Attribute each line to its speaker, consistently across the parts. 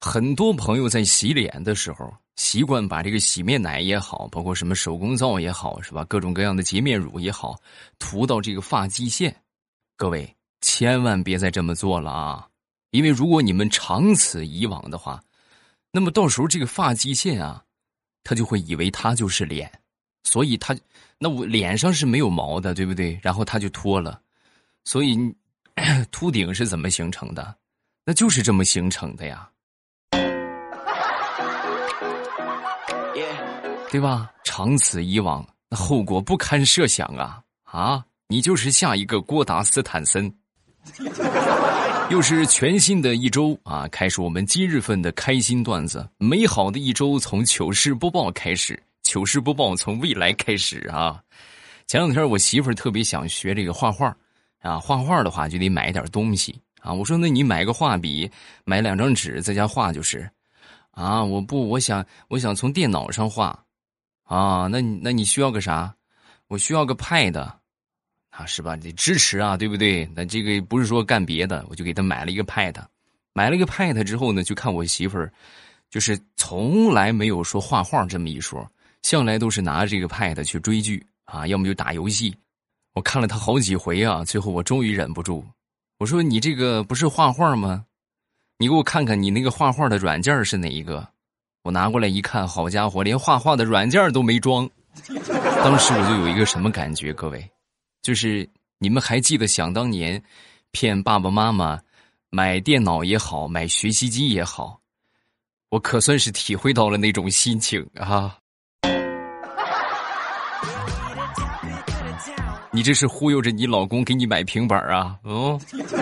Speaker 1: 很多朋友在洗脸的时候，习惯把这个洗面奶也好，包括什么手工皂也好，是吧？各种各样的洁面乳也好，涂到这个发际线。各位千万别再这么做了啊！因为如果你们长此以往的话，那么到时候这个发际线啊，他就会以为它就是脸，所以那我脸上是没有毛的，对不对？然后他就脱了，所以秃顶是怎么形成的？那就是这么形成的呀，对吧？长此以往，那后果不堪设想啊！啊，你就是下一个郭达斯坦森。又是全新的一周啊，开始我们今日份的开心段子。美好的一周从糗事播报开始，糗事播报从未来开始啊。前两天我媳妇儿特别想学这个画画啊，画画的话就得买点东西啊。我说那你买个画笔，买2张纸在家画就是啊。我想从电脑上画啊。那你需要个啥？我需要个 Pad。啊，是吧？得支持啊，对不对？那这个不是说干别的，我就给他买了一个 Pad。买了一个 Pad 之后呢，就看我媳妇儿，就是从来没有说画画这么一说，向来都是拿这个 Pad 去追剧啊，要么就打游戏。我看了他好几回啊，最后我终于忍不住，我说你这个不是画画吗？你给我看看你那个画画的软件是哪一个？我拿过来一看，好家伙，连画画的软件都没装。当时我就有一个什么感觉，各位？就是你们还记得想当年骗爸爸妈妈买电脑也好，买学习机也好，我可算是体会到了那种心情啊。你这是忽悠着你老公给你买平板啊？哦。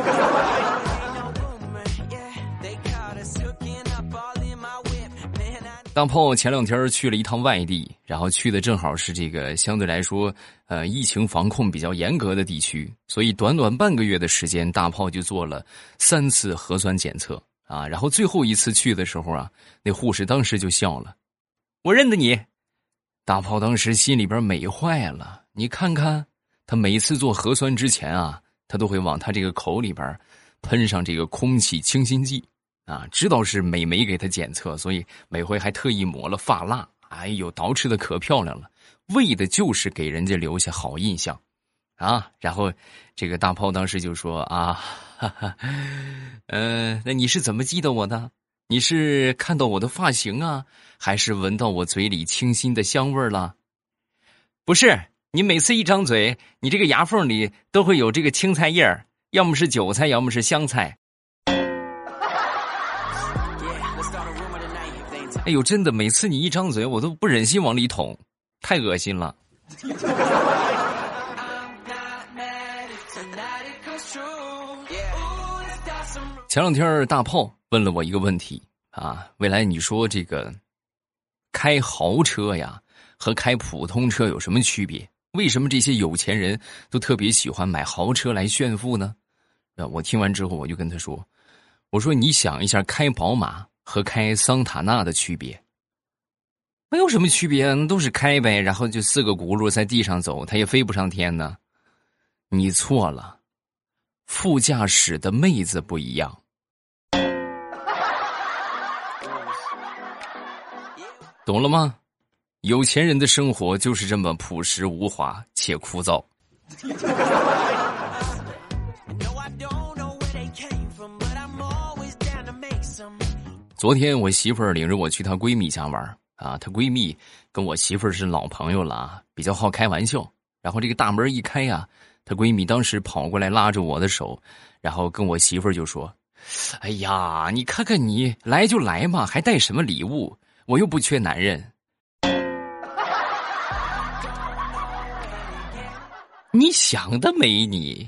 Speaker 1: 大炮前2天去了一趟外地，然后去的正好是这个相对来说疫情防控比较严格的地区，所以短短半个月的时间，大炮就做了3次核酸检测啊。然后最后一次去的时候啊，那护士当时就笑了，我认得你。大炮当时心里边美坏了，你看看他每次做核酸之前啊，他都会往他这个口里边喷上这个空气清新剂啊，知道是美眉给他检测，所以每回还特意抹了发蜡，哎呦，捯饬的可漂亮了，为的就是给人家留下好印象啊。然后这个大炮当时就说啊，哈哈，那你是怎么记得我的？你是看到我的发型啊，还是闻到我嘴里清新的香味了？不是，你每次一张嘴，你这个牙缝里都会有这个青菜叶儿，要么是韭菜，要么是香菜。哎呦，真的，每次你一张嘴，我都不忍心往里捅，太恶心了。前2天大炮问了我一个问题啊，未来你说这个开豪车呀和开普通车有什么区别？为什么这些有钱人都特别喜欢买豪车来炫富呢？我听完之后我就跟他说，我说你想一下开宝马和开桑塔纳的区别，没有什么区别，都是开呗，然后就4个轱辘在地上走，它也飞不上天呢。你错了，副驾驶的妹子不一样。懂了吗？有钱人的生活就是这么朴实无华且枯燥。昨天我媳妇儿领着我去她闺蜜家玩啊，她闺蜜跟我媳妇儿是老朋友了啊，比较好开玩笑。然后这个大门一开啊，她闺蜜当时跑过来拉着我的手，然后跟我媳妇儿就说：“哎呀，你看看你来就来嘛，还带什么礼物？我又不缺男人。”你想得美你！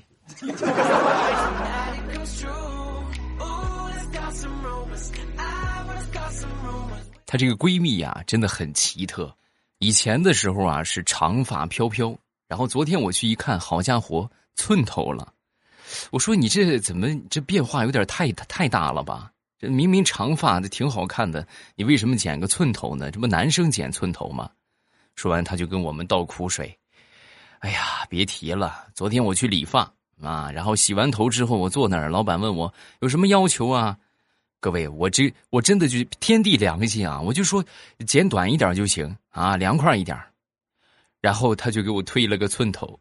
Speaker 1: 她这个闺蜜啊，真的很奇特。以前的时候啊，是长发飘飘，然后昨天我去一看，好家伙，寸头了。我说你这怎么这变化有点太大了吧？这明明长发的挺好看的，你为什么剪个寸头呢？这不男生剪寸头吗？说完他就跟我们倒苦水。哎呀，别提了，昨天我去理发啊，然后洗完头之后我坐那儿，老板问我有什么要求啊？ 各位，我真的就天地良心啊，我就说剪短一点就行啊，凉快一点。然后他就给我推了个寸头，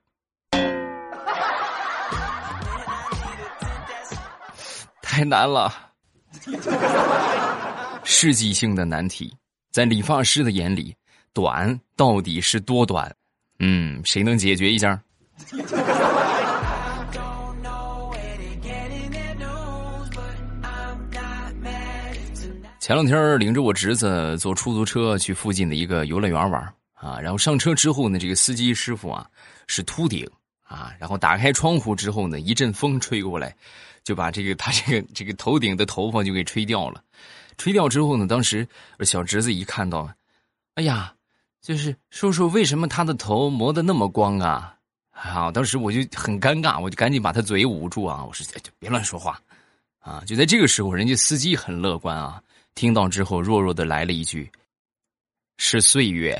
Speaker 1: 太难了。世纪性的难题，在理发师的眼里，短到底是多短？谁能解决一下？前两天领着我侄子坐出租车去附近的一个游乐园玩啊，然后上车之后呢，这个司机师傅啊是秃顶啊，然后打开窗户之后呢，一阵风吹过来，就把他这个头顶的头发就给吹掉了。吹掉之后呢，当时小侄子一看到，哎呀，就是叔叔为什么他的头磨得那么光啊？啊，当时我就很尴尬，我就赶紧把他嘴捂住啊，我说就别乱说话啊。就在这个时候，人家司机很乐观啊，听到之后弱弱的来了一句：“是岁月。”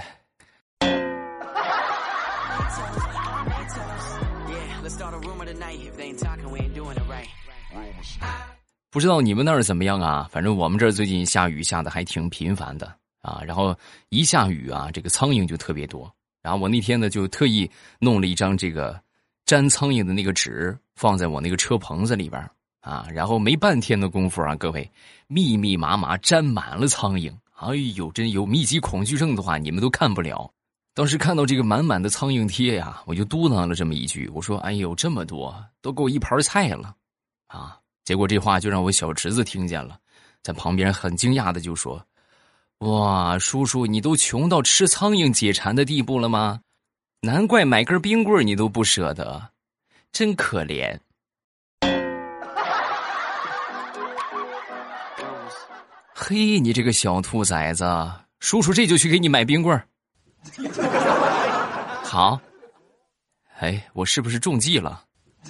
Speaker 1: 不知道你们那儿怎么样啊？反正我们这儿最近下雨下的还挺频繁的啊。然后一下雨啊，这个苍蝇就特别多。然后我那天呢就特意弄了一张这个粘苍蝇的那个纸，放在我那个车棚子里边啊。然后没半天的功夫啊，各位密密麻麻粘满了苍蝇。哎呦，真有密集恐惧症的话，你们都看不了。当时看到这个满满的苍蝇贴呀，我就嘟囔了这么一句，我说：“哎呦，这么多，都够一盘菜了啊！”结果这话就让我小侄子听见了，在旁边很惊讶的就说：“哇，叔叔，你都穷到吃苍蝇解馋的地步了吗？难怪买根冰棍你都不舍得，真可怜。”嘿，你这个小兔崽子，叔叔这就去给你买冰棍。好，哎，我是不是中计了？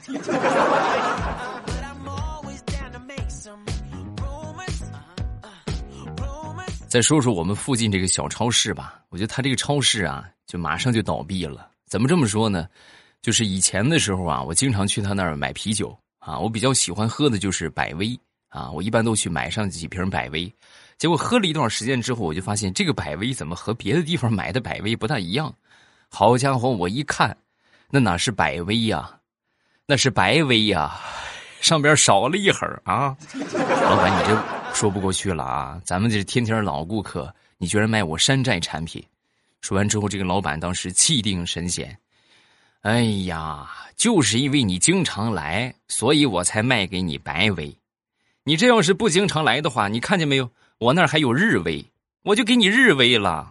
Speaker 1: 再说说我们附近这个小超市吧，我觉得它这个超市啊，就马上就倒闭了。怎么这么说呢？就是以前的时候啊，我经常去他那儿买啤酒啊，我比较喜欢喝的就是百威啊，我一般都去买上几瓶百威。结果喝了一段时间之后，我就发现这个百威怎么和别的地方买的百威不大一样。好家伙，我一看，那哪是百威呀，那是白威呀，上边少了一横啊！老板，你这说不过去了啊！咱们这是天天老顾客，你居然卖我山寨产品！说完之后，这个老板当时气定神闲。哎呀，就是因为你经常来，所以我才卖给你白威。你这要是不经常来的话，你看见没有？我那儿还有日威，我就给你日威了。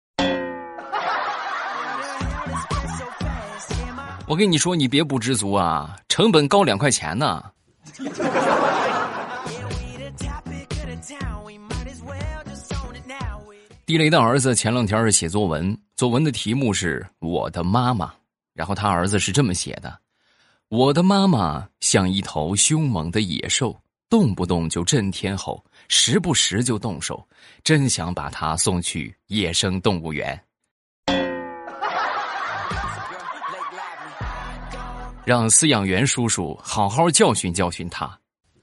Speaker 1: 我跟你说，你别不知足啊，成本高2块钱呢。地雷的儿子前两天写作文，作文的题目是我的妈妈，然后他儿子是这么写的：我的妈妈像一头凶猛的野兽，动不动就震天吼，时不时就动手，真想把她送去野生动物园。让饲养员叔叔好好教训教训他。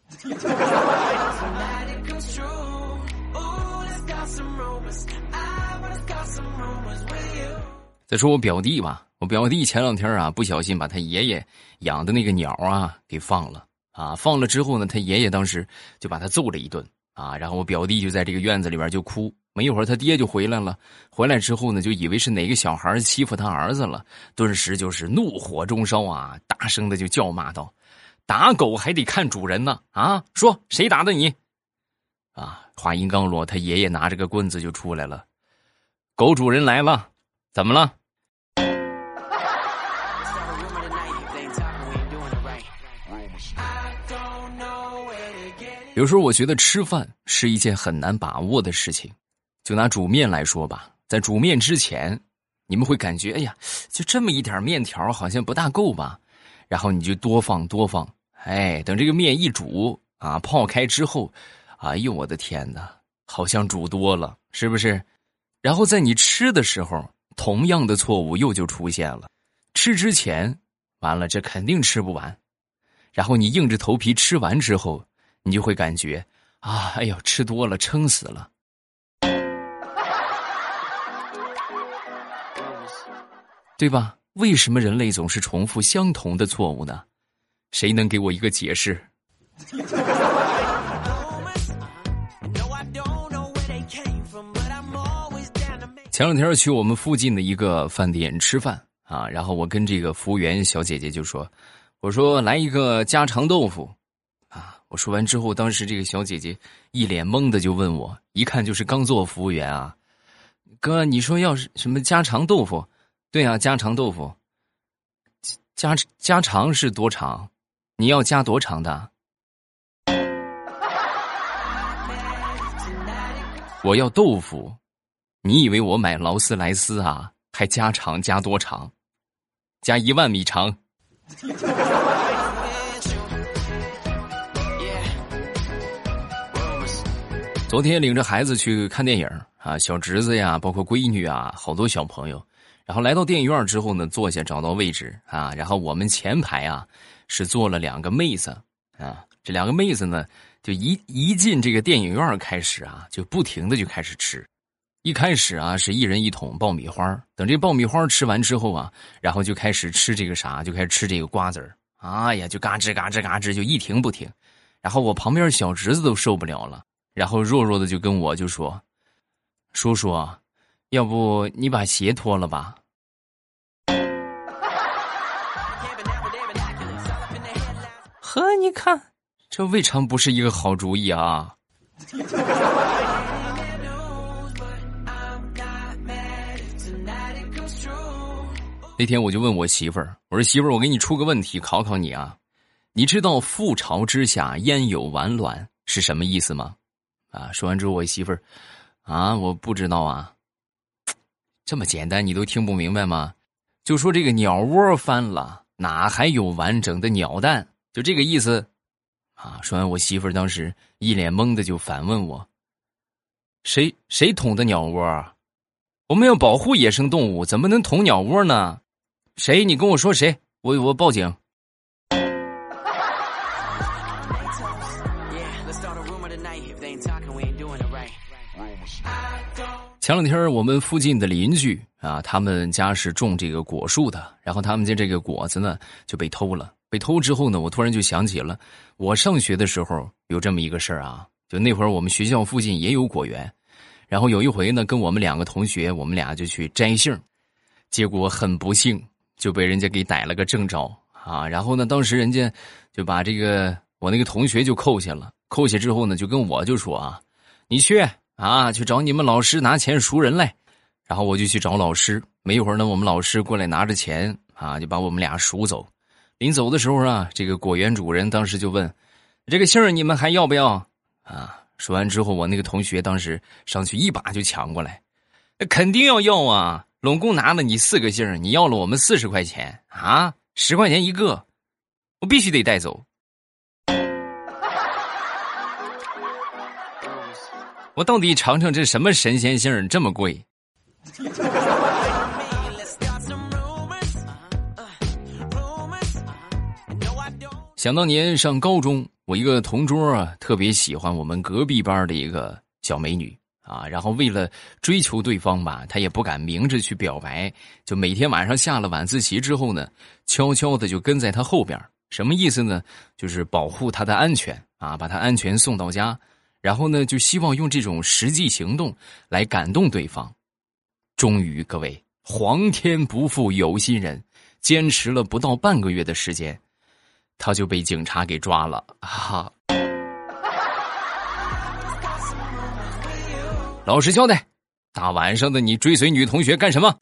Speaker 1: 再说我表弟吧，我表弟前两天啊，不小心把他爷爷养的那个鸟啊给放了啊，放了之后呢，他爷爷当时就把他揍了一顿啊，然后我表弟就在这个院子里边就哭。没一会儿他爹就回来了，回来之后呢，就以为是哪个小孩欺负他儿子了，顿时就是怒火中烧啊，大声的就叫骂道：“打狗还得看主人呢！啊，说谁打的你？”啊，话音刚落，他爷爷拿着个棍子就出来了：“狗主人来了，怎么了？”有时候我觉得吃饭是一件很难把握的事情。就拿煮面来说吧，在煮面之前，你们会感觉，哎呀，就这么一点面条好像不大够吧，然后你就多放，哎，等这个面一煮啊，泡开之后，哎呦我的天哪，好像煮多了，是不是？然后在你吃的时候，同样的错误又就出现了。吃之前，完了这肯定吃不完，然后你硬着头皮吃完之后，你就会感觉， 啊，哎呦，吃多了撑死了。对吧？为什么人类总是重复相同的错误呢？谁能给我一个解释？前两天去我们附近的一个饭店吃饭啊，然后我跟这个服务员小姐姐就说，我说来一个家常豆腐啊。我说完之后，当时这个小姐姐一脸懵的就问我，一看就是刚做服务员啊，哥，你说要是什么家常豆腐？对啊，家常豆腐。家常是多长？你要加多长的？我要豆腐。你以为我买劳斯莱斯啊？还加长加多长？加10000米长。昨天领着孩子去看电影啊，小侄子呀，包括闺女啊，好多小朋友。然后来到电影院之后呢，坐下找到位置啊，然后我们前排啊是坐了2个妹子啊，这2个妹子呢就一进这个电影院开始啊，就不停的就开始吃。一开始啊是一人1桶爆米花，等这爆米花吃完之后啊，然后就开始吃这个啥，就开始吃这个瓜子儿。哎呀，就嘎吱嘎吱嘎吱就一停不停。然后我旁边小侄子都受不了了，然后弱弱的就跟我就说，叔叔，要不你把鞋脱了吧。呵，你看这未尝不是一个好主意啊。那天我就问我媳妇儿，我说媳妇儿，我给你出个问题考考你啊，你知道覆巢之下焉有完卵是什么意思吗？啊，说完之后我媳妇儿啊，我不知道啊。这么简单你都听不明白吗？就说这个鸟窝翻了，哪还有完整的鸟蛋，就这个意思啊。说完我媳妇儿当时一脸懵的就反问我，谁捅的鸟窝？我们要保护野生动物，怎么能捅鸟窝呢？谁？你跟我说谁？我报警。前两天我们附近的邻居啊，他们家是种这个果树的，然后他们家这个果子呢就被偷了。被偷之后呢，我突然就想起了我上学的时候有这么一个事儿啊，就那会儿我们学校附近也有果园，然后有一回呢，跟我们2个同学，我们俩就去摘杏，结果很不幸就被人家给逮了个正着啊。然后呢，当时人家就把这个我那个同学就扣下了，扣下之后呢，就跟我就说啊，你去啊，去找你们老师拿钱赎人来。然后我就去找老师，没一会儿呢，我们老师过来拿着钱啊，就把我们俩赎走。临走的时候啊，这个果园主人当时就问，这个杏你们还要不要啊？说完之后，我那个同学当时上去一把就抢过来，肯定要啊！拢共拿了你4个杏，你要了我们40块钱啊，10块钱一个，我必须得带走。我到底尝尝这什么神仙杏这么贵？想当年上高中，我一个同桌啊，特别喜欢我们隔壁班的一个小美女啊，然后为了追求对方吧，他也不敢明着去表白，就每天晚上下了晚自习之后呢，悄悄的就跟在她后边。什么意思呢？就是保护她的安全啊，把她安全送到家，然后呢，就希望用这种实际行动来感动对方。终于，各位，皇天不负有心人，坚持了不到半个月的时间，他就被警察给抓了啊！老实交代，大晚上的你追随女同学干什么？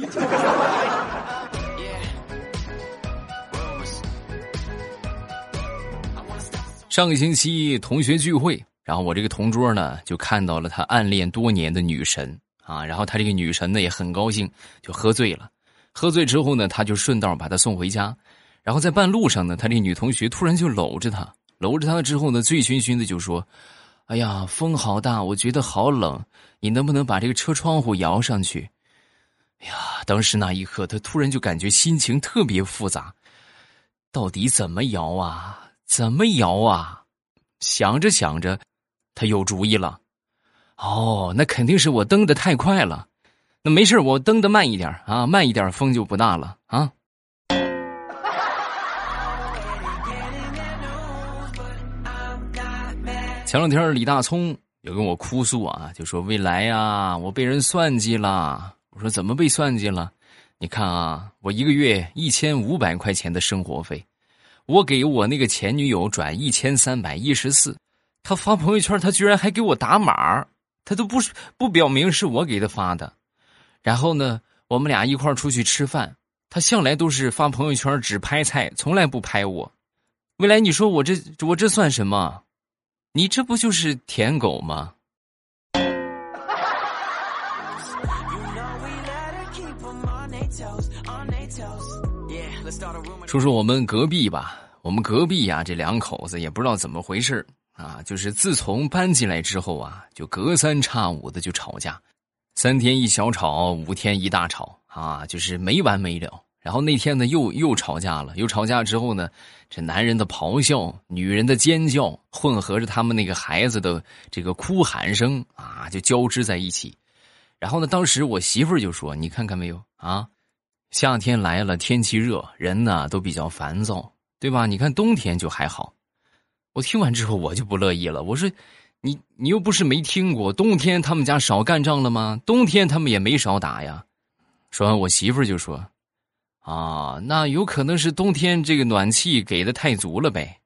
Speaker 1: 上个星期同学聚会，然后我这个同桌呢就看到了他暗恋多年的女神啊，然后他这个女神呢也很高兴，就喝醉了。喝醉之后呢，他就顺道把她送回家。然后在半路上呢，他这女同学突然就搂着他之后呢，醉醺醺的就说，哎呀，风好大，我觉得好冷，你能不能把这个车窗户摇上去？哎呀，当时那一刻他突然就感觉心情特别复杂，到底怎么摇啊？怎么摇啊？想着想着， 他有主意了。哦，那肯定是我蹬得太快了。那没事，我蹬得慢一点啊，慢一点风就不大了啊。前两天李大聪有跟我哭诉啊，就说未来啊，我被人算计了。我说怎么被算计了？你看啊，我一个月1500块钱的生活费，我给我那个前女友转1314，他发朋友圈，他居然还给我打码，他都不表明是我给他发的。然后呢，我们俩一块儿出去吃饭，他向来都是发朋友圈只拍菜，从来不拍我。未来，你说我这算什么？你这不就是舔狗吗？说说我们隔壁吧，我们隔壁啊，这两口子也不知道怎么回事啊，就是自从搬进来之后啊，就隔三差五的就吵架，3天一小吵，5天一大吵啊，就是没完没了。然后那天呢又吵架了，又吵架之后呢，这男人的咆哮，女人的尖叫，混合着他们那个孩子的这个哭喊声啊，就交织在一起。然后呢，当时我媳妇儿就说：“你看看没有啊，夏天来了，天气热，人呢都比较烦躁，对吧？你看冬天就还好。”我听完之后我就不乐意了，我说：“你又不是没听过，冬天他们家少干仗了吗？冬天他们也没少打呀。”说完，我媳妇儿就说：“啊，那有可能是冬天这个暖气给的太足了呗。”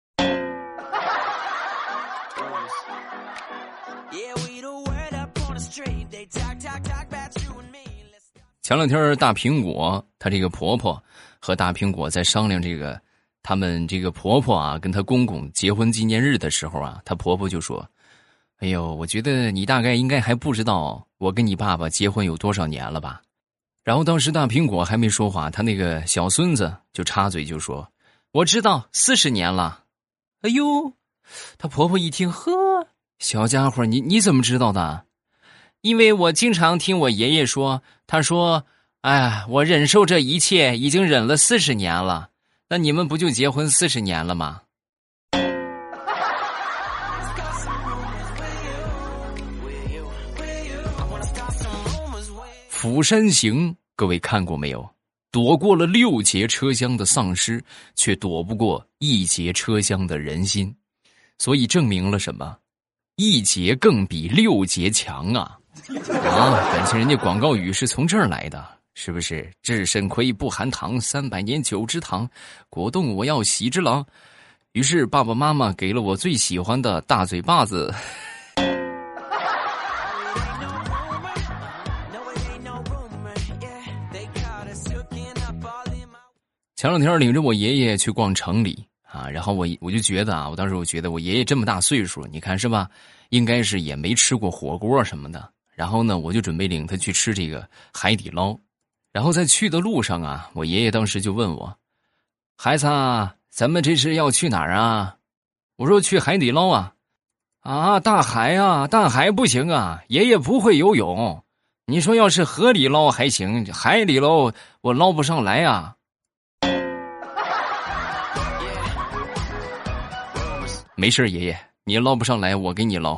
Speaker 1: 前两天大苹果她这个婆婆和大苹果在商量这个他们这个婆婆啊跟她公公结婚纪念日的时候啊，她婆婆就说：“哎呦，我觉得你大概应该还不知道我跟你爸爸结婚有多少年了吧。”然后当时大苹果还没说话，他那个小孙子就插嘴就说：“我知道40年了。”哎呦，他婆婆一听，呵，小家伙，你怎么知道的？因为我经常听我爷爷说，他说：“哎，我忍受这一切已经忍了40年了，那你们不就结婚40年了吗？”釜山行，各位看过没有？躲过了6节车厢的丧尸，却躲不过1节车厢的人心，所以证明了什么？1节更比6节强啊！啊，感情人家广告语是从这儿来的，是不是？治肾亏不含糖，300年9支糖，果冻我要喜之郎。于是爸爸妈妈给了我最喜欢的大嘴巴子。前两天领着我爷爷去逛城里啊，然后我就觉得啊，我当时我觉得我爷爷这么大岁数，你看是吧，应该是也没吃过火锅什么的。然后呢，我就准备领他去吃这个海底捞。然后在去的路上啊，我爷爷当时就问我：“孩子啊，咱们这是要去哪儿啊？”我说：“去海底捞啊。”啊，大海啊，大海不行啊，爷爷不会游泳。你说要是河里捞还行，海里捞我捞不上来啊。没事，爷爷，你捞不上来，我给你捞。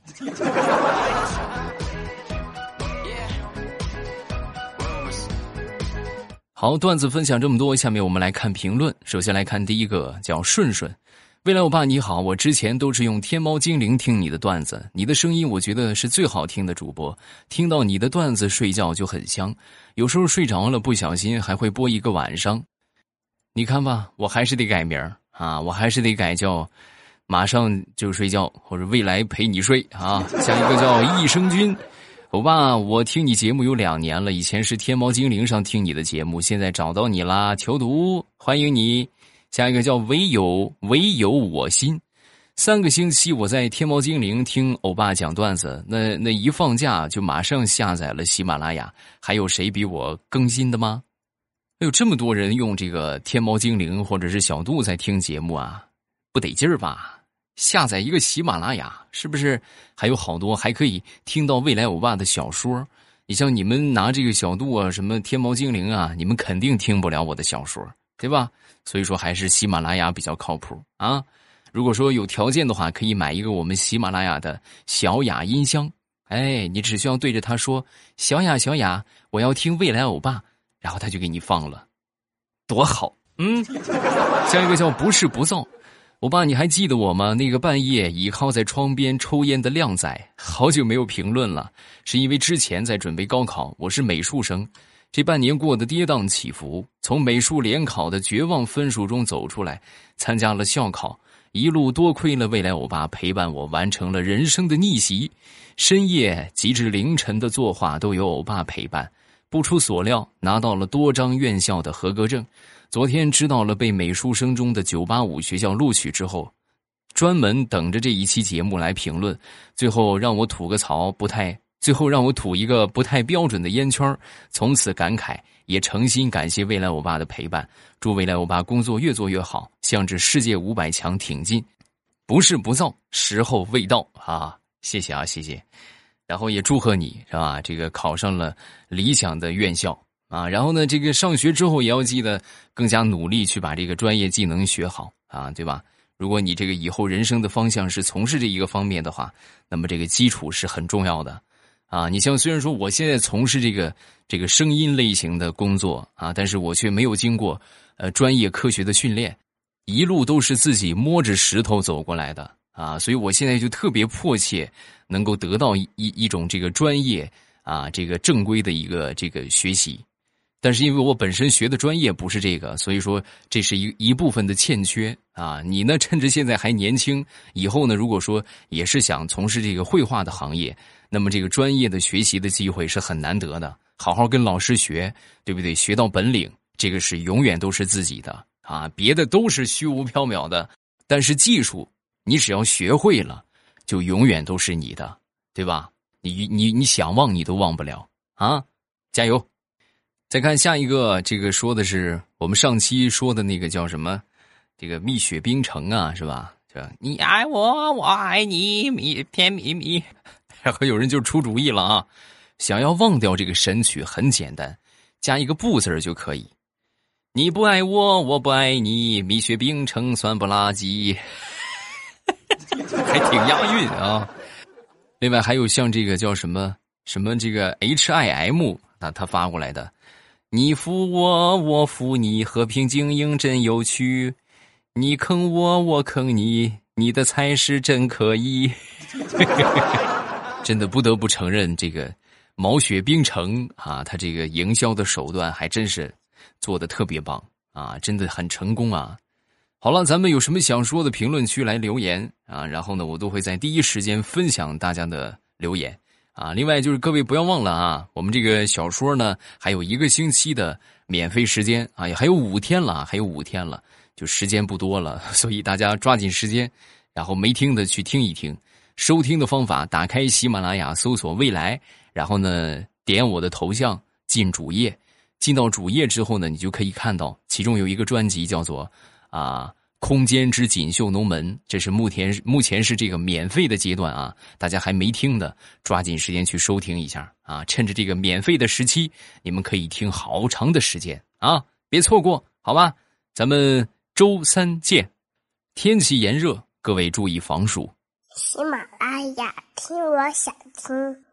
Speaker 1: 好，段子分享这么多，下面我们来看评论。首先来看第一个，叫顺顺。未来欧巴你好，我之前都是用天猫精灵听你的段子，你的声音我觉得是最好听的主播，听到你的段子睡觉就很香，有时候睡着了不小心还会播一个晚上。你看吧，我还是得改名啊，我还是得改叫马上就睡觉，或者未来陪你睡啊。下一个叫益生菌。欧巴，我听你节目有2年了，以前是天猫精灵上听你的节目，现在找到你啦，求读，欢迎你。下一个叫唯有我心。3个星期我在天猫精灵听欧巴讲段子，那一放假就马上下载了喜马拉雅，还有谁比我更新的吗？有这么多人用这个天猫精灵或者是小度在听节目啊，不得劲儿吧？下载一个喜马拉雅，是不是还有好多还可以听到未来欧巴的小说？你像你们拿这个小度啊，什么天猫精灵啊，你们肯定听不了我的小说，对吧？所以说还是喜马拉雅比较靠谱啊。 如果说有条件的话，可以买一个我们喜马拉雅的小雅音箱。哎，你只需要对着它说小雅小雅，我要听未来欧巴，然后他就给你放了，多好。下一个叫不是不造。欧巴，你还记得我吗？那个半夜倚靠在窗边抽烟的靓仔，好久没有评论了，是因为之前在准备高考，我是美术生，这半年过得跌宕起伏，从美术联考的绝望分数中走出来，参加了校考，一路多亏了未来欧巴陪伴我完成了人生的逆袭，深夜及至凌晨的作画都有欧巴陪伴，不出所料拿到了多张院校的合格证。昨天知道了被美术生中的985学校录取之后，专门等着这一期节目来评论，最后让我吐一个不太标准的烟圈，从此感慨，也诚心感谢未来欧巴的陪伴，祝未来欧巴工作越做越好，向着世界500强挺进。不是不造，时候未到啊！谢谢啊，谢谢。然后也祝贺你，是吧？这个考上了理想的院校啊。然后呢，这个上学之后也要记得更加努力去把这个专业技能学好啊，对吧？如果你这个以后人生的方向是从事这一个方面的话，那么这个基础是很重要的啊。你像虽然说我现在从事这个声音类型的工作啊，但是我却没有经过专业科学的训练，一路都是自己摸着石头走过来的啊，所以我现在就特别迫切能够得到一种这个专业啊，这个正规的一个这个学习。但是因为我本身学的专业不是这个，所以说这是一部分的欠缺啊。你呢，趁着现在还年轻，以后呢，如果说也是想从事这个绘画的行业，那么这个专业的学习的机会是很难得的。好好跟老师学，对不对？学到本领，这个是永远都是自己的啊，别的都是虚无缥缈的。但是技术，你只要学会了，就永远都是你的，对吧？你想忘你都忘不了啊！加油！再看下一个，这个说的是我们上期说的那个叫什么？这个蜜雪冰城啊，是吧？你爱我，我爱你，甜蜜蜜。然后有人就出主意了啊，想要忘掉这个神曲很简单，加一个不字就可以。你不爱我，我不爱你，蜜雪冰城酸不拉几。还挺押韵啊。另外还有像这个叫什么这个 HIM 他发过来的，你扶我，我扶你，和平经营真有趣，你坑我，我坑你，你的才是真可以。真的不得不承认，这个毛雪冰城啊，他这个营销的手段还真是做得特别棒啊，真的很成功啊。好了，咱们有什么想说的评论区来留言啊，然后呢我都会在第一时间分享大家的留言啊。另外就是各位不要忘了啊，我们这个小说呢还有1个星期的免费时间啊，也还有5天了，就时间不多了，所以大家抓紧时间，然后没听的去听一听。收听的方法，打开喜马拉雅搜索未来，然后呢点我的头像进主页，进到主页之后呢，你就可以看到其中有一个专辑叫做空间之锦绣龙门，这是目前是这个免费的阶段啊，大家还没听的抓紧时间去收听一下啊，趁着这个免费的时期，你们可以听好长的时间啊，别错过，好吧？咱们周3见。天气炎热，各位注意防暑。
Speaker 2: 喜马拉雅，听我想听。